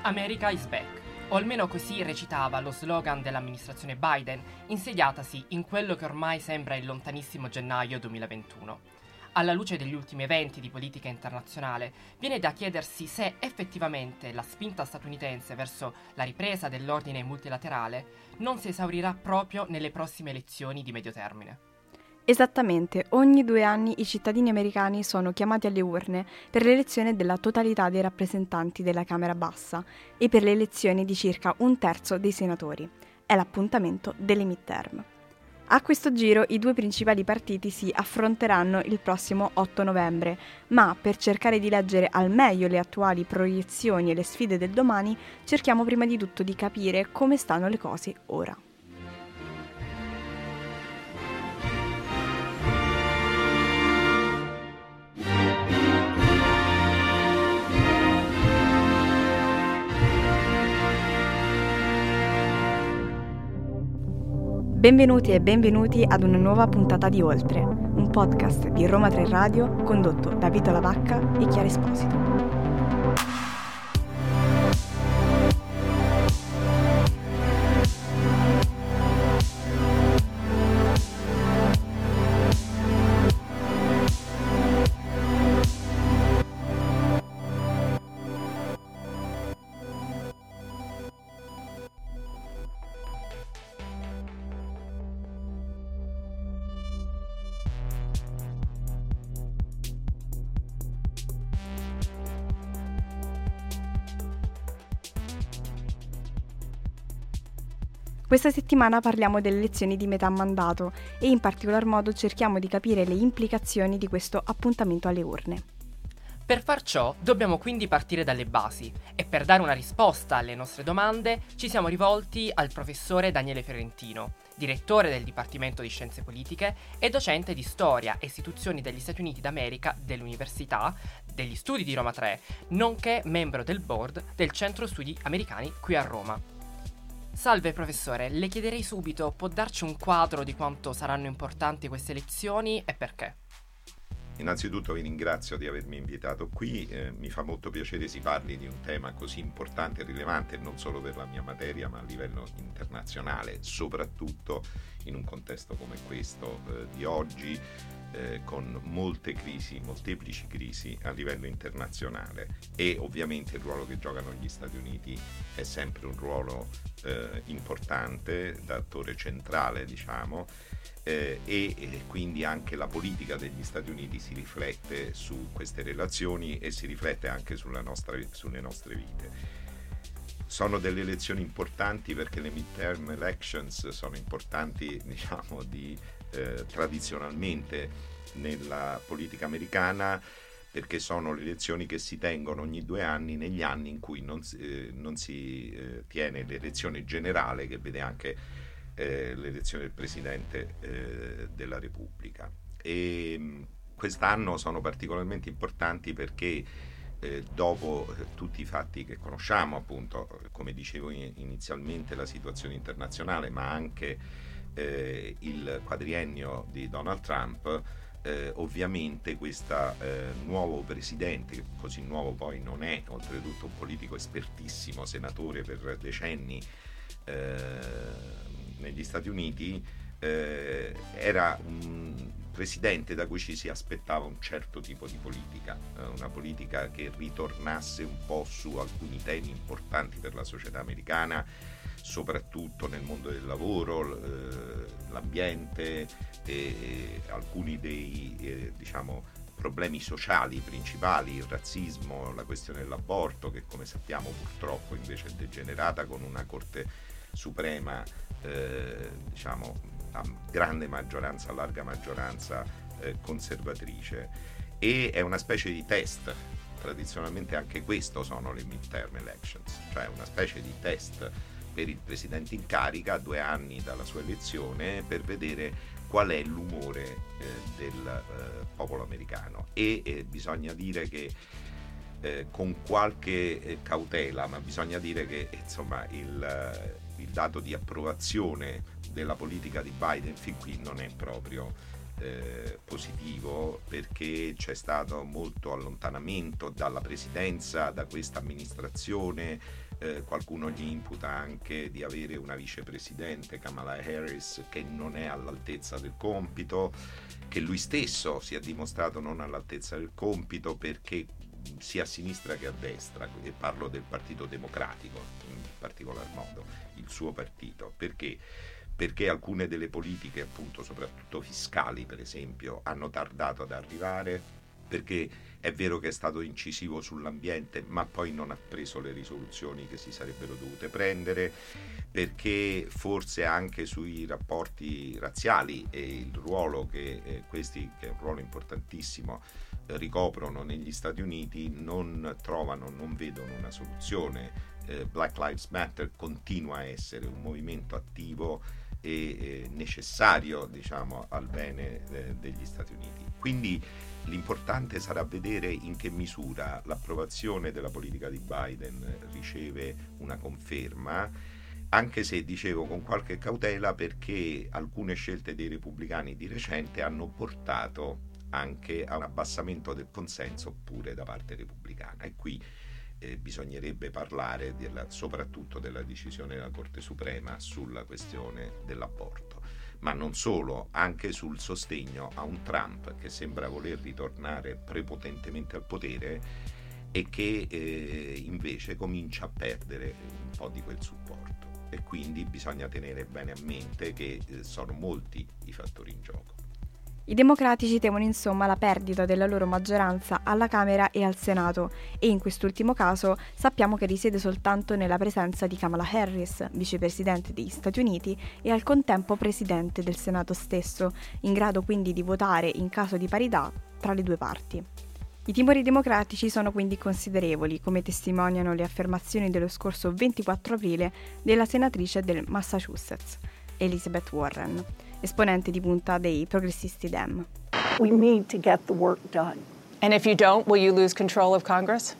America is back, o almeno così recitava lo slogan dell'amministrazione Biden, insediatasi in quello che ormai sembra il lontanissimo gennaio 2021. Alla luce degli ultimi eventi di politica internazionale, viene da chiedersi se effettivamente la spinta statunitense verso la ripresa dell'ordine multilaterale non si esaurirà proprio nelle prossime elezioni di medio termine. Esattamente, ogni 2 anni i cittadini americani sono chiamati alle urne per l'elezione della totalità dei rappresentanti della Camera Bassa e per le elezioni di circa 1/3 dei senatori. È l'appuntamento delle midterm. A questo giro i 2 principali partiti si affronteranno il prossimo 8 novembre, ma per cercare di leggere al meglio le attuali proiezioni e le sfide del domani, cerchiamo prima di tutto di capire come stanno le cose ora. Benvenuti e benvenuti ad una nuova puntata di Oltre, un podcast di Roma 3 Radio condotto da Vito Lavacca e Chiara Esposito. Questa settimana parliamo delle elezioni di metà mandato e in particolar modo cerchiamo di capire le implicazioni di questo appuntamento alle urne. Per far ciò dobbiamo quindi partire dalle basi e per dare una risposta alle nostre domande ci siamo rivolti al professore Daniele Fiorentino, direttore del Dipartimento di Scienze Politiche e docente di Storia e Istituzioni degli Stati Uniti d'America dell'Università degli Studi di Roma 3, nonché membro del board del Centro Studi Americani qui a Roma. Salve professore, le chiederei subito, può darci un quadro di quanto saranno importanti queste elezioni e perché? Innanzitutto vi ringrazio di avermi invitato qui, mi fa molto piacere si parli di un tema così importante e rilevante non solo per la mia materia ma a livello internazionale, soprattutto in un contesto come questo di oggi con molteplici crisi a livello internazionale e ovviamente il ruolo che giocano gli Stati Uniti è sempre un ruolo importante, da attore centrale diciamo, e quindi anche la politica degli Stati Uniti si riflette su queste relazioni e si riflette anche sulle nostre vite. Sono delle elezioni importanti perché le midterm elections sono importanti, diciamo, tradizionalmente nella politica americana perché sono le elezioni che si tengono ogni 2 anni negli anni in cui non si tiene l'elezione generale che vede anche l'elezione del Presidente della Repubblica. E quest'anno sono particolarmente importanti perché dopo tutti i fatti che conosciamo, appunto, come dicevo inizialmente, la situazione internazionale, ma anche il quadriennio di Donald Trump, ovviamente questo nuovo presidente, che così nuovo poi non è, oltretutto un politico espertissimo, senatore per decenni negli Stati Uniti, era un presidente da cui ci si aspettava un certo tipo di politica, una politica che ritornasse un po' su alcuni temi importanti per la società americana, soprattutto nel mondo del lavoro, l'ambiente e alcuni dei problemi sociali principali, il razzismo, la questione dell'aborto, che come sappiamo purtroppo invece è degenerata con una Corte Suprema a grande maggioranza, a larga maggioranza conservatrice, e è una specie di test. Tradizionalmente anche questo sono le midterm elections, cioè una specie di test per il presidente in carica a 2 anni dalla sua elezione per vedere qual è l'umore del popolo americano e bisogna dire che con qualche cautela, ma bisogna dire che insomma il dato di approvazione della politica di Biden fin qui non è proprio positivo, perché c'è stato molto allontanamento dalla presidenza, da questa amministrazione. Qualcuno gli imputa anche di avere una vicepresidente, Kamala Harris, che non è all'altezza del compito, che lui stesso si è dimostrato non all'altezza del compito, perché sia a sinistra che a destra, e parlo del Partito Democratico in particolar modo, il suo partito, perché alcune delle politiche, appunto soprattutto fiscali per esempio, hanno tardato ad arrivare, perché è vero che è stato incisivo sull'ambiente, ma poi non ha preso le risoluzioni che si sarebbero dovute prendere, perché forse anche sui rapporti razziali e il ruolo che questi, che è un ruolo importantissimo, ricoprono negli Stati Uniti, non vedono una soluzione. Black Lives Matter continua a essere un movimento attivo e necessario, diciamo, al bene degli Stati Uniti. Quindi l'importante sarà vedere in che misura l'approvazione della politica di Biden riceve una conferma, anche se, dicevo, con qualche cautela, perché alcune scelte dei repubblicani di recente hanno portato anche a un abbassamento del consenso pure da parte repubblicana, e qui bisognerebbe parlare soprattutto della decisione della Corte Suprema sulla questione dell'aborto, ma non solo, anche sul sostegno a un Trump che sembra voler ritornare prepotentemente al potere e che invece comincia a perdere un po' di quel supporto, e quindi bisogna tenere bene a mente che sono molti i fattori in gioco. I democratici temono insomma la perdita della loro maggioranza alla Camera e al Senato, e in quest'ultimo caso sappiamo che risiede soltanto nella presenza di Kamala Harris, vicepresidente degli Stati Uniti e al contempo presidente del Senato stesso, in grado quindi di votare in caso di parità tra le due parti. I timori democratici sono quindi considerevoli, come testimoniano le affermazioni dello scorso 24 aprile della senatrice del Massachusetts, Elizabeth Warren, esponente di punta dei progressisti Dem. We need to get the work done. And if you don't, will you lose control of Congress?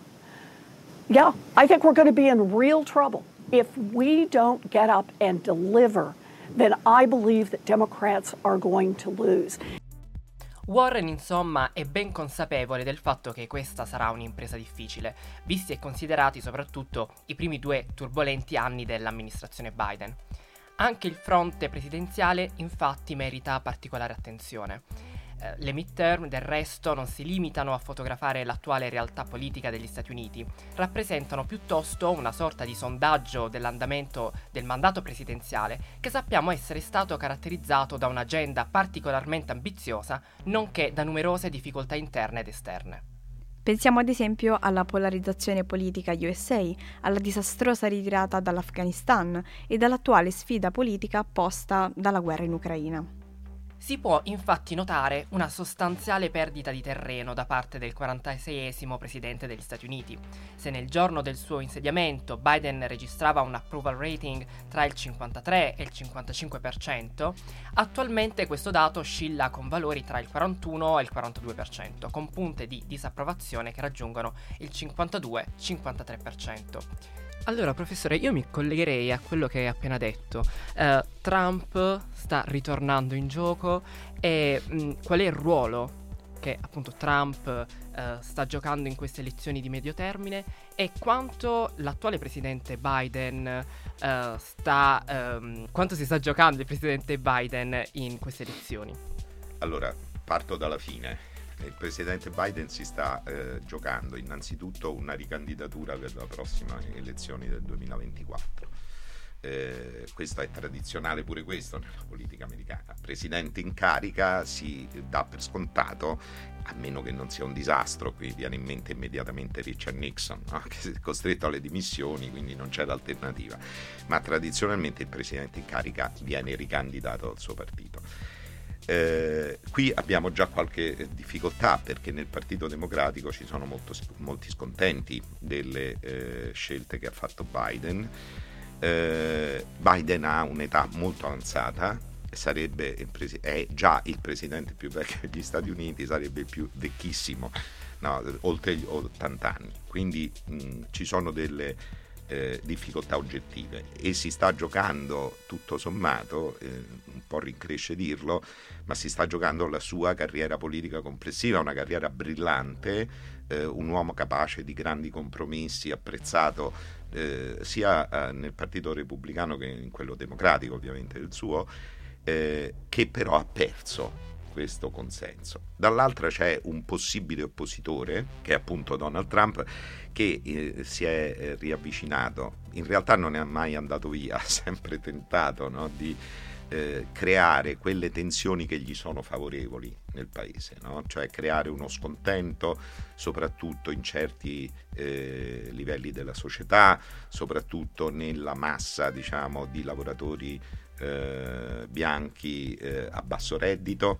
Yeah, I think we're going to be in real trouble. If we don't get up and deliver, then I believe that Democrats are going to lose. Warren, insomma, è ben consapevole del fatto che questa sarà un'impresa difficile, visti e considerati soprattutto i primi 2 turbolenti anni dell'amministrazione Biden. Anche il fronte presidenziale, infatti, merita particolare attenzione. Le midterm, del resto, non si limitano a fotografare l'attuale realtà politica degli Stati Uniti, rappresentano piuttosto una sorta di sondaggio dell'andamento del mandato presidenziale, che sappiamo essere stato caratterizzato da un'agenda particolarmente ambiziosa, nonché da numerose difficoltà interne ed esterne. Pensiamo ad esempio alla polarizzazione politica USA, alla disastrosa ritirata dall'Afghanistan e dall'attuale sfida politica posta dalla guerra in Ucraina. Si può infatti notare una sostanziale perdita di terreno da parte del 46esimo presidente degli Stati Uniti. Se nel giorno del suo insediamento Biden registrava un approval rating tra il 53 e il 55%, attualmente questo dato oscilla con valori tra il 41 e il 42%, con punte di disapprovazione che raggiungono il 52-53%. Allora, professore, io mi collegherei a quello che hai appena detto. Trump sta ritornando in gioco e qual è il ruolo che appunto Trump sta giocando in queste elezioni di medio termine e quanto l'attuale presidente Biden quanto si sta giocando il presidente Biden in queste elezioni? Allora, parto dalla fine. Il presidente Biden si sta giocando innanzitutto una ricandidatura per la prossima elezioni del 2024. Questo è tradizionale pure questo nella politica americana. Presidente in carica si dà per scontato, a meno che non sia un disastro. Qui viene in mente immediatamente Richard Nixon, no? Che è costretto alle dimissioni, quindi non c'è l'alternativa, ma tradizionalmente il presidente in carica viene ricandidato al suo partito. Qui abbiamo già qualche difficoltà, perché nel Partito Democratico ci sono molti scontenti delle scelte che ha fatto Biden. Biden ha un'età molto avanzata, è già il presidente più vecchio degli Stati Uniti, sarebbe il più vecchissimo, no, oltre gli 80 anni, quindi ci sono delle difficoltà oggettive e si sta giocando tutto sommato un po' rincresce dirlo, ma si sta giocando la sua carriera politica complessiva, una carriera brillante, un uomo capace di grandi compromessi, apprezzato sia nel Partito Repubblicano che in quello democratico, ovviamente il suo, che però ha perso questo consenso. Dall'altra c'è un possibile oppositore, che è appunto Donald Trump, che si è riavvicinato. In realtà non è mai andato via, ha sempre tentato, no, di creare quelle tensioni che gli sono favorevoli nel paese, no? Cioè creare uno scontento soprattutto in certi livelli della società, soprattutto nella massa, diciamo, di lavoratori bianchi a basso reddito,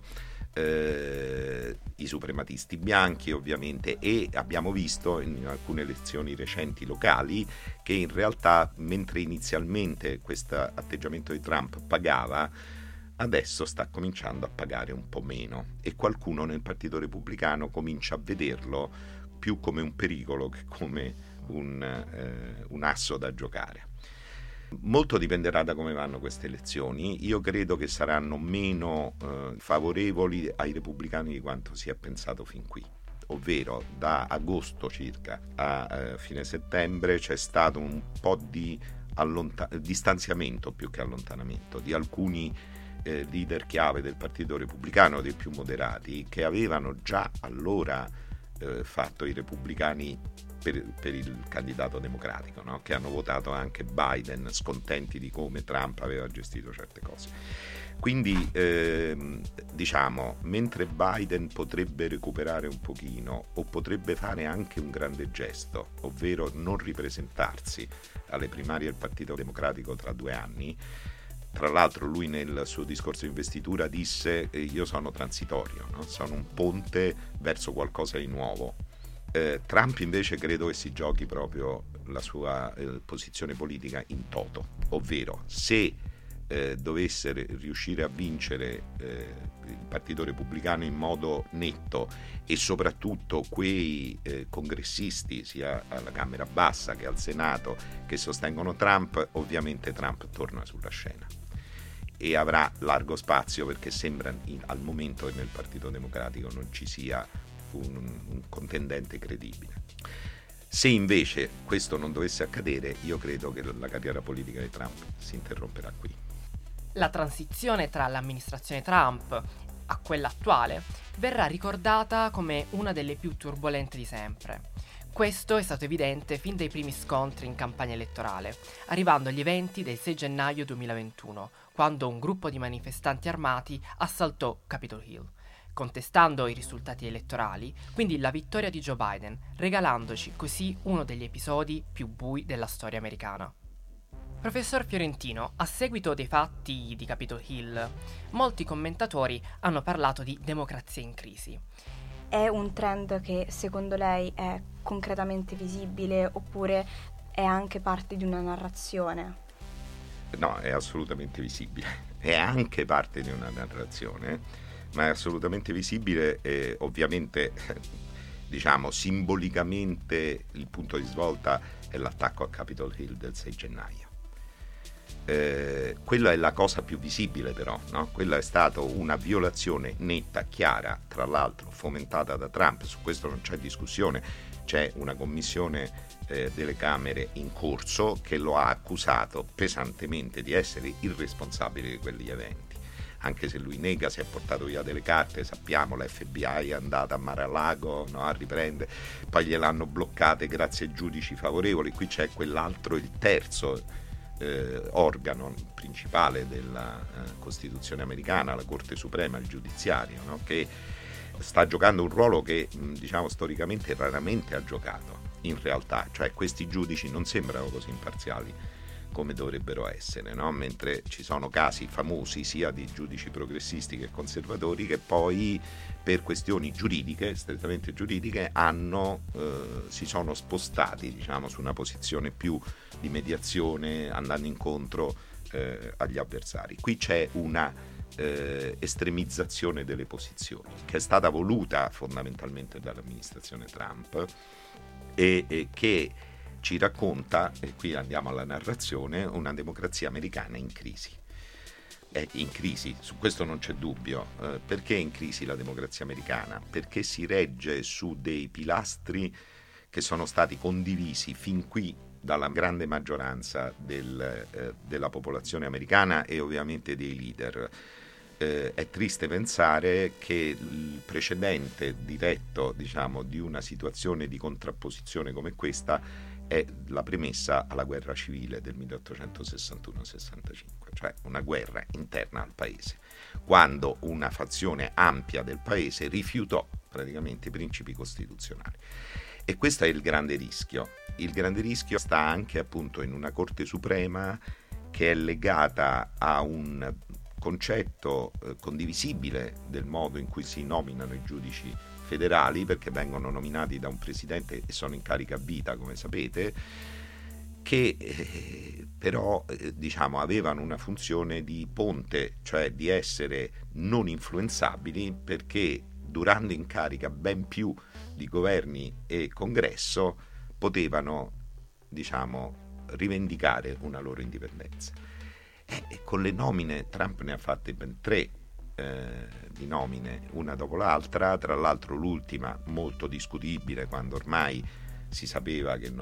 i suprematisti bianchi ovviamente, e abbiamo visto in alcune elezioni recenti locali che in realtà, mentre inizialmente questo atteggiamento di Trump pagava, adesso sta cominciando a pagare un po' meno, e qualcuno nel Partito Repubblicano comincia a vederlo più come un pericolo che come un asso da giocare. Molto dipenderà da come vanno queste elezioni. Io credo che saranno meno favorevoli ai repubblicani di quanto si è pensato fin qui, ovvero da agosto circa a fine settembre c'è stato un po' di distanziamento più che allontanamento di alcuni leader chiave del Partito Repubblicano, dei più moderati, che avevano già allora fatto i repubblicani per il candidato democratico, no? Che hanno votato anche Biden, scontenti di come Trump aveva gestito certe cose. Quindi diciamo, mentre Biden potrebbe recuperare un pochino o potrebbe fare anche un grande gesto, ovvero non ripresentarsi alle primarie del Partito Democratico tra 2 anni. Tra l'altro lui nel suo discorso di investitura disse io sono transitorio, no? Sono un ponte verso qualcosa di nuovo. Trump invece credo che si giochi proprio la sua posizione politica in toto, ovvero se dovesse riuscire a vincere il Partito Repubblicano in modo netto, e soprattutto quei congressisti sia alla Camera Bassa che al Senato che sostengono Trump, ovviamente Trump torna sulla scena e avrà largo spazio, perché sembra al momento che nel Partito Democratico non ci sia un contendente credibile. Se invece questo non dovesse accadere, io credo che la carriera politica di Trump si interromperà qui. La transizione tra l'amministrazione Trump a quella attuale verrà ricordata come una delle più turbolente di sempre. Questo è stato evidente fin dai primi scontri in campagna elettorale, arrivando agli eventi del 6 gennaio 2021, quando un gruppo di manifestanti armati assaltò Capitol Hill, contestando i risultati elettorali, quindi la vittoria di Joe Biden, regalandoci così uno degli episodi più bui della storia americana. Professor Fiorentino, a seguito dei fatti di Capitol Hill, molti commentatori hanno parlato di democrazia in crisi. È un trend che secondo lei è concretamente visibile oppure è anche parte di una narrazione? No, è assolutamente visibile, è anche parte di una narrazione, ma è assolutamente visibile e ovviamente diciamo simbolicamente il punto di svolta è l'attacco a Capitol Hill del 6 gennaio. Quella è la cosa più visibile, però, no? Quella è stata una violazione netta, chiara, tra l'altro fomentata da Trump, su questo non c'è discussione, c'è una commissione delle Camere in corso che lo ha accusato pesantemente di essere il responsabile di quegli eventi, anche se lui nega, si è portato via delle carte, sappiamo, la FBI è andata a Mar-a-Lago, no, a riprendere, poi gliel'hanno bloccate grazie ai giudici favorevoli. Qui c'è quell'altro, il terzo organo principale della Costituzione americana, la Corte Suprema, il giudiziario, no? Che sta giocando un ruolo che diciamo storicamente raramente ha giocato in realtà, cioè questi giudici non sembrano così imparziali come dovrebbero essere, no? Mentre ci sono casi famosi sia di giudici progressisti che conservatori che poi per questioni giuridiche, strettamente giuridiche, si sono spostati, diciamo, su una posizione più di mediazione, andando incontro agli avversari. Qui c'è una estremizzazione delle posizioni che è stata voluta fondamentalmente dall'amministrazione Trump e che ci racconta, e qui andiamo alla narrazione, una democrazia americana in crisi. è in crisi, su questo non c'è dubbio. Perché è in crisi la democrazia americana? Perché si regge su dei pilastri che sono stati condivisi fin qui dalla grande maggioranza della popolazione americana e ovviamente dei leader. È triste pensare che il precedente diretto, diciamo, di una situazione di contrapposizione come questa è la premessa alla guerra civile del 1861-65, cioè una guerra interna al paese, quando una fazione ampia del paese rifiutò praticamente i principi costituzionali. E questo è il grande rischio. Il grande rischio sta anche appunto in una Corte Suprema che è legata a un concetto condivisibile del modo in cui si nominano i giudici federali, perché vengono nominati da un presidente e sono in carica a vita, come sapete, che però diciamo avevano una funzione di ponte, cioè di essere non influenzabili, perché durando in carica ben più di governi e congresso potevano, diciamo, rivendicare una loro indipendenza. E con le nomine Trump ne ha fatte ben 3 di nomine, una dopo l'altra, tra l'altro l'ultima molto discutibile, quando ormai si sapeva che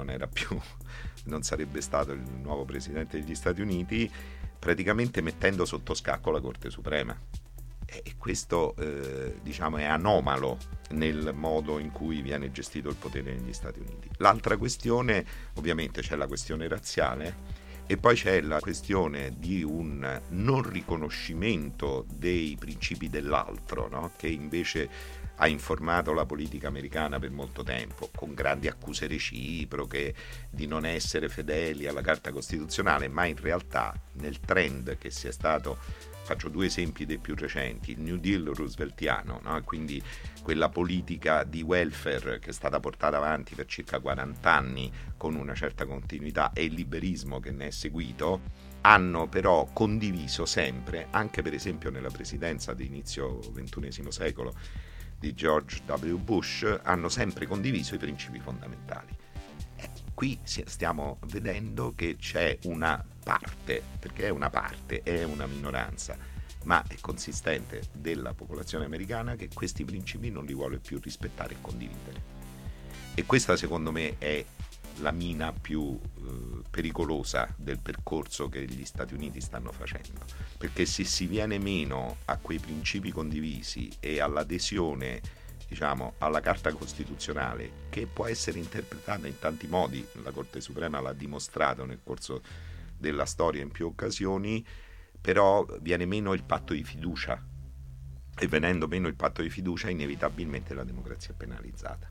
non sarebbe stato il nuovo presidente degli Stati Uniti, praticamente mettendo sotto scacco la Corte Suprema. E questo diciamo è anomalo nel modo in cui viene gestito il potere negli Stati Uniti. L'altra questione, ovviamente, c'è la questione razziale e poi c'è la questione di un non riconoscimento dei principi dell'altro, no? Che invece ha informato la politica americana per molto tempo, con grandi accuse reciproche di non essere fedeli alla Carta Costituzionale, ma in realtà nel trend che sia stato, faccio 2 esempi dei più recenti, il New Deal rooseveltiano, no? Quindi quella politica di welfare che è stata portata avanti per circa 40 anni con una certa continuità e il liberismo che ne è seguito, hanno però condiviso sempre, anche per esempio nella presidenza di inizio XXI secolo di George W. Bush, hanno sempre condiviso i principi fondamentali. Qui stiamo vedendo che c'è una parte, perché è una parte, è una minoranza, ma è consistente della popolazione americana che questi principi non li vuole più rispettare e condividere. E questa secondo me è la mina più pericolosa del percorso che gli Stati Uniti stanno facendo, perché se si viene meno a quei principi condivisi e all'adesione, diciamo, alla Carta Costituzionale, che può essere interpretata in tanti modi, la Corte Suprema l'ha dimostrato nel corso della storia in più occasioni, però viene meno il patto di fiducia, e venendo meno il patto di fiducia inevitabilmente la democrazia è penalizzata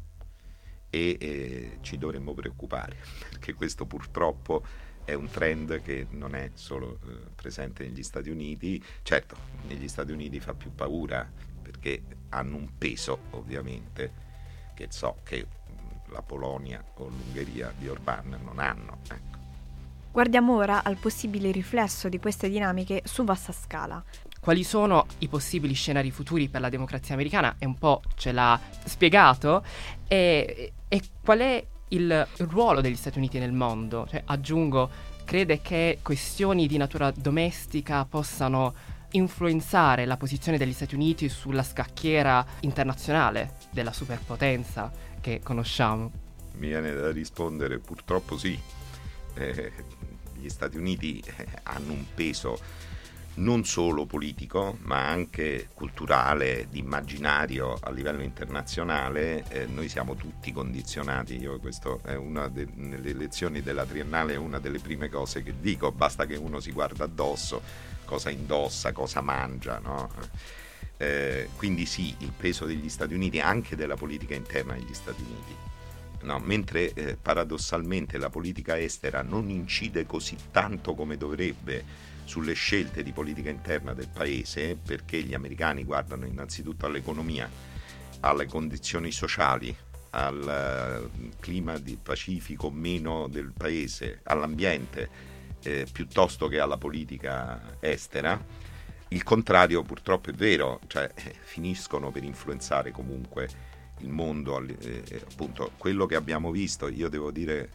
e ci dovremmo preoccupare, perché questo purtroppo è un trend che non è solo presente negli Stati Uniti. Certo, negli Stati Uniti fa più paura perché hanno un peso, ovviamente, che la Polonia o l'Ungheria di Orbán non hanno. Ecco. Guardiamo ora al possibile riflesso di queste dinamiche su vasta scala. Quali sono i possibili scenari futuri per la democrazia americana? E un po' ce l'ha spiegato. E qual è il ruolo degli Stati Uniti nel mondo? Cioè, aggiungo, crede che questioni di natura domestica possano influenzare la posizione degli Stati Uniti sulla scacchiera internazionale della superpotenza che conosciamo? Mi viene da rispondere purtroppo sì. Gli Stati Uniti hanno un peso non solo politico ma anche culturale, di immaginario a livello internazionale. Noi siamo tutti condizionati, questo è una nelle lezioni della triennale, è una delle prime cose che dico, basta che uno si guarda addosso, cosa indossa, cosa mangia, no? Quindi sì, il peso degli Stati Uniti, anche della politica interna degli Stati Uniti, no? Mentre paradossalmente la politica estera non incide così tanto come dovrebbe sulle scelte di politica interna del paese, perché gli americani guardano innanzitutto all'economia, alle condizioni sociali, al clima pacifico meno del paese, all'ambiente, piuttosto che alla politica estera. Il contrario purtroppo è vero, cioè finiscono per influenzare comunque il mondo, appunto quello che abbiamo visto. Io devo dire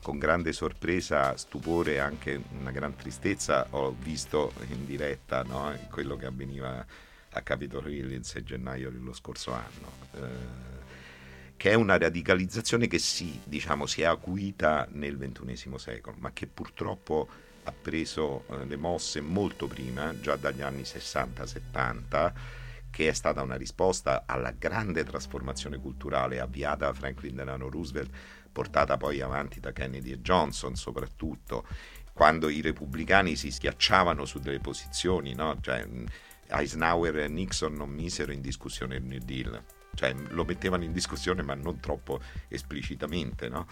con grande sorpresa, stupore e anche una gran tristezza ho visto in diretta, no, quello che avveniva a Capitol Hill il 6 gennaio dello scorso anno, che è una radicalizzazione che si è acuita nel XXI secolo, ma che purtroppo ha preso le mosse molto prima, già dagli anni 60-70, che è stata una risposta alla grande trasformazione culturale avviata da Franklin Delano Roosevelt, portata poi avanti da Kennedy e Johnson, soprattutto quando i repubblicani si schiacciavano su delle posizioni, no? Cioè, Eisenhower e Nixon non misero in discussione il New Deal, cioè lo mettevano in discussione ma non troppo esplicitamente, no?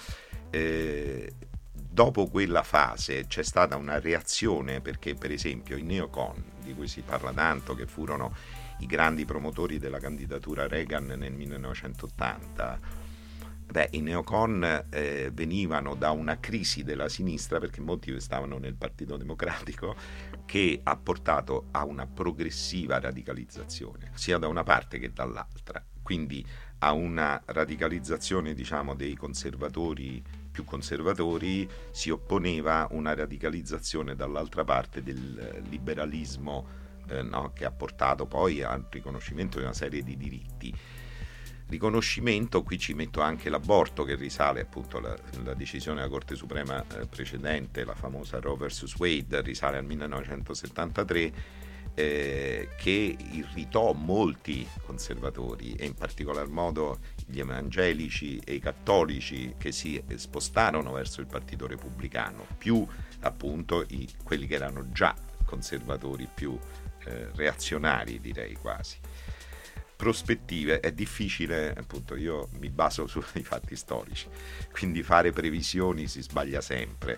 Dopo quella fase c'è stata una reazione, perché per esempio i neocon, di cui si parla tanto, che furono i grandi promotori della candidatura Reagan nel 1980, i neocon venivano da una crisi della sinistra, perché molti stavano nel Partito Democratico, che ha portato a una progressiva radicalizzazione, sia da una parte che dall'altra, quindi a una radicalizzazione dei conservatori più conservatori, si opponeva una radicalizzazione dall'altra parte del liberalismo, che ha portato poi al riconoscimento di una serie di diritti. Riconoscimento, qui ci metto anche l'aborto, che risale appunto alla decisione della Corte Suprema precedente, la famosa Roe vs. Wade, risale al 1973, che irritò molti conservatori e in particolar modo gli evangelici e i cattolici, che si spostarono verso il Partito Repubblicano, più appunto quelli che erano già conservatori, più reazionari, direi quasi. Prospettive, è difficile, appunto io mi baso sui fatti storici, quindi fare previsioni si sbaglia sempre,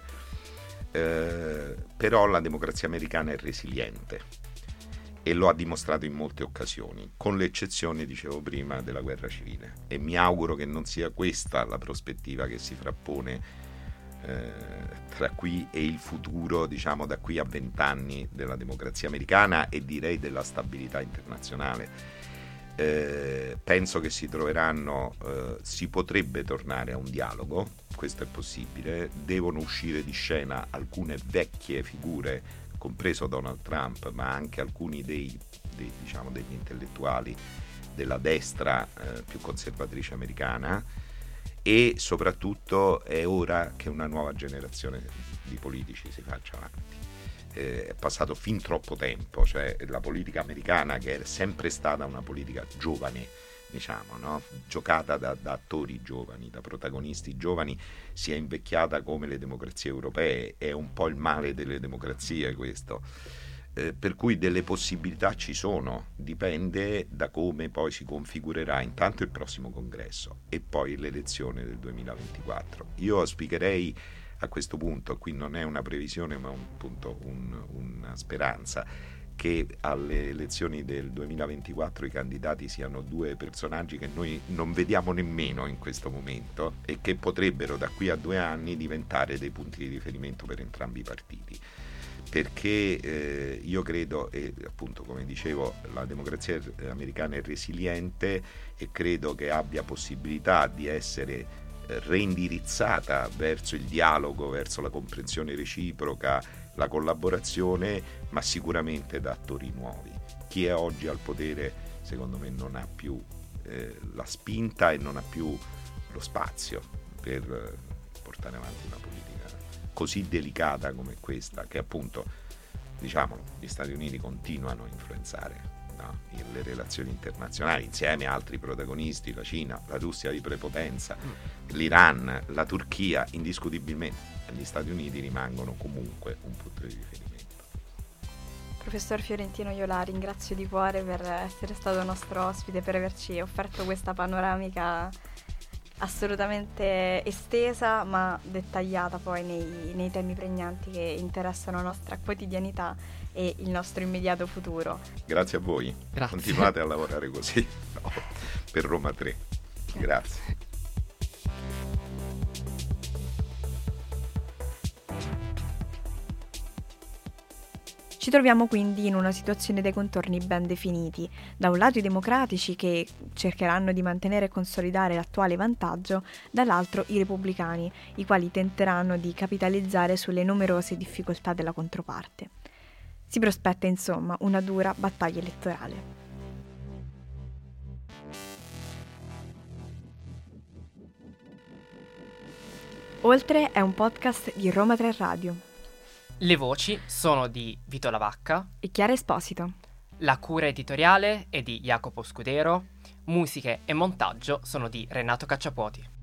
però la democrazia americana è resiliente e lo ha dimostrato in molte occasioni, con l'eccezione, dicevo prima, della guerra civile, e mi auguro che non sia questa la prospettiva che si frappone tra qui e il futuro, da qui a 20 anni, della democrazia americana e direi della stabilità internazionale. Penso che si troveranno, si potrebbe tornare a un dialogo, questo è possibile, devono uscire di scena alcune vecchie figure, compreso Donald Trump, ma anche alcuni degli intellettuali della destra più conservatrice americana, e soprattutto è ora che una nuova generazione di politici si faccia avanti. È passato fin troppo tempo, cioè la politica americana, che è sempre stata una politica giovane, giocata da attori giovani, da protagonisti giovani, si è invecchiata come le democrazie europee, è un po' il male delle democrazie questo, per cui delle possibilità ci sono, dipende da come poi si configurerà intanto il prossimo congresso e poi l'elezione del 2024. Io auspicherei a questo punto, qui non è una previsione ma una speranza, che alle elezioni del 2024 i candidati siano due personaggi che noi non vediamo nemmeno in questo momento e che potrebbero da qui a 2 anni diventare dei punti di riferimento per entrambi i partiti, perché io credo, e appunto come dicevo, la democrazia americana è resiliente e credo che abbia possibilità di essere reindirizzata verso il dialogo, verso la comprensione reciproca, la collaborazione, ma sicuramente da attori nuovi. Chi è oggi al potere secondo me non ha più la spinta e non ha più lo spazio per portare avanti una politica così delicata come questa, che appunto, diciamolo, gli Stati Uniti continuano a influenzare le relazioni internazionali insieme a altri protagonisti, la Cina, la Russia di prepotenza, l'Iran, la Turchia, indiscutibilmente gli Stati Uniti rimangono comunque un punto di riferimento. Professor Fiorentino, io la ringrazio di cuore per essere stato nostro ospite, per averci offerto questa panoramica assolutamente estesa ma dettagliata poi nei temi pregnanti che interessano la nostra quotidianità e il nostro immediato futuro. Grazie a voi. Grazie. Continuate a lavorare così per Roma 3. Grazie. Ci troviamo quindi in una situazione dai contorni ben definiti. Da un lato i democratici che cercheranno di mantenere e consolidare l'attuale vantaggio, dall'altro i repubblicani, i quali tenteranno di capitalizzare sulle numerose difficoltà della controparte. Si prospetta insomma una dura battaglia elettorale. Oltre è un podcast di Roma 3 Radio. Le voci sono di Vito Lavacca E Chiara Esposito. La cura editoriale è di Jacopo Scudero, musiche e montaggio sono di Renato Cacciapuoti.